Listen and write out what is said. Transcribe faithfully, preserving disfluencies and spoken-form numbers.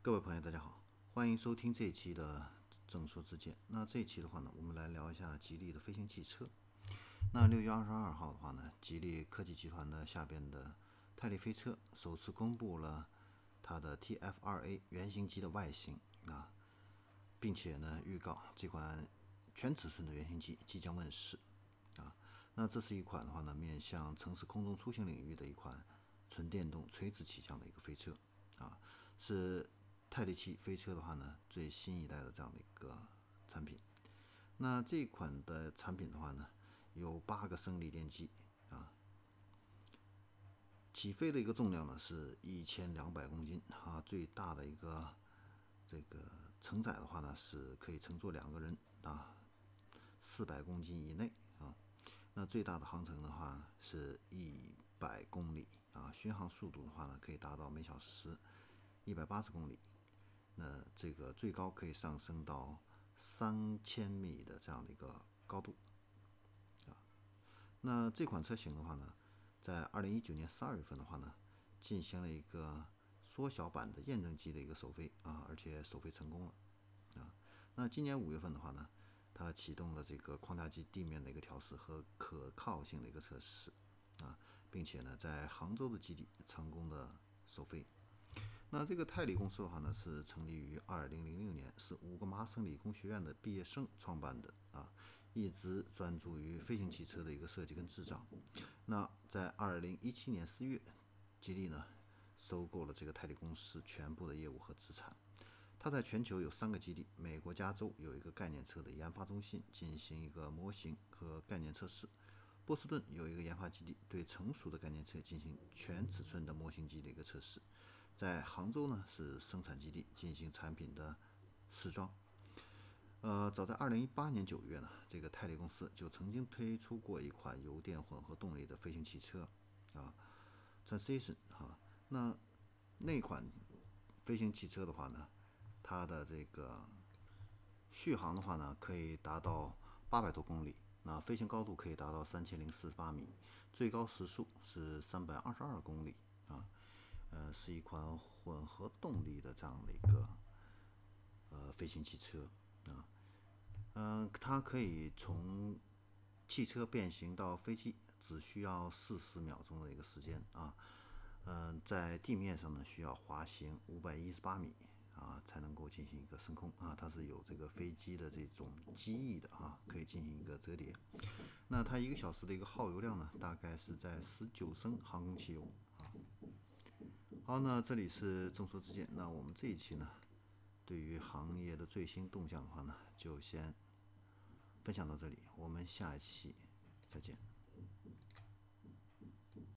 各位朋友，大家好，欢迎收听这一期的正说之见。那这一期的话呢，我们来聊一下吉利的飞行汽车。那六月二十二号的话呢，吉利科技集团的下边的泰利飞车首次公布了它的 T F 二 A 原型机的外形啊，并且呢预告这款全尺寸的原型机即将问世啊。那这是一款的话呢，面向城市空中出行领域的一款纯电动垂直起降的一个飞车啊，是泰利系飞车的话呢，最新一代的这样的一个产品。那这一款的产品的话呢，有八个升力电机啊，起飞的一个重量呢是一千两百公斤啊，最大的一个这个承载的话呢是可以乘坐两个人啊，四百公斤以内啊。那最大的航程的话是一百公里啊，巡航速度的话呢可以达到每小时一百八十公里。那这个最高可以上升到三千米的这样的一个高度啊。那这款车型的话呢，在二零一九年十二月份的话呢，进行了一个缩小版的验证机的一个首飞啊，而且首飞成功了啊。那今年五月份的话呢，它启动了这个框架机地面的一个调试和可靠性的一个测试啊，并且呢，在杭州的基地成功的首飞。那这个泰利公司的话呢，是成立于二零零六年，是五个麻省理工学院的毕业生创办的啊，一直专注于飞行汽车的一个设计跟制造。那在二零一七年四月，吉利呢收购了这个泰利公司全部的业务和资产。它在全球有三个基地，美国加州有一个概念车的研发中心进行一个模型和概念测试，波士顿有一个研发基地对成熟的概念车进行全尺寸的模型机的一个测试。在杭州呢是生产基地进行产品的试装。呃，早在二零一八年九月呢，这个泰利公司就曾经推出过一款油电混合动力的飞行汽车啊 ，Transition 哈。那那款飞行汽车的话呢，它的这个续航的话呢，可以达到八百多公里，那飞行高度可以达到三千零四十八米，最高时速是三百二十二公里啊。呃，是一款混合动力的这样的一个呃飞行汽车啊，嗯、呃，它可以从汽车变形到飞机只需要四十秒钟的一个时间啊，嗯、呃，在地面上呢需要滑行五百一十八米啊才能够进行一个升空啊，它是有这个飞机的这种机翼的啊，可以进行一个折叠。那它一个小时的一个耗油量呢，大概是在十九升航空汽油啊。好，那这里是众说之见。那我们这一期呢，对于行业的最新动向的话呢，就先分享到这里。我们下一期再见。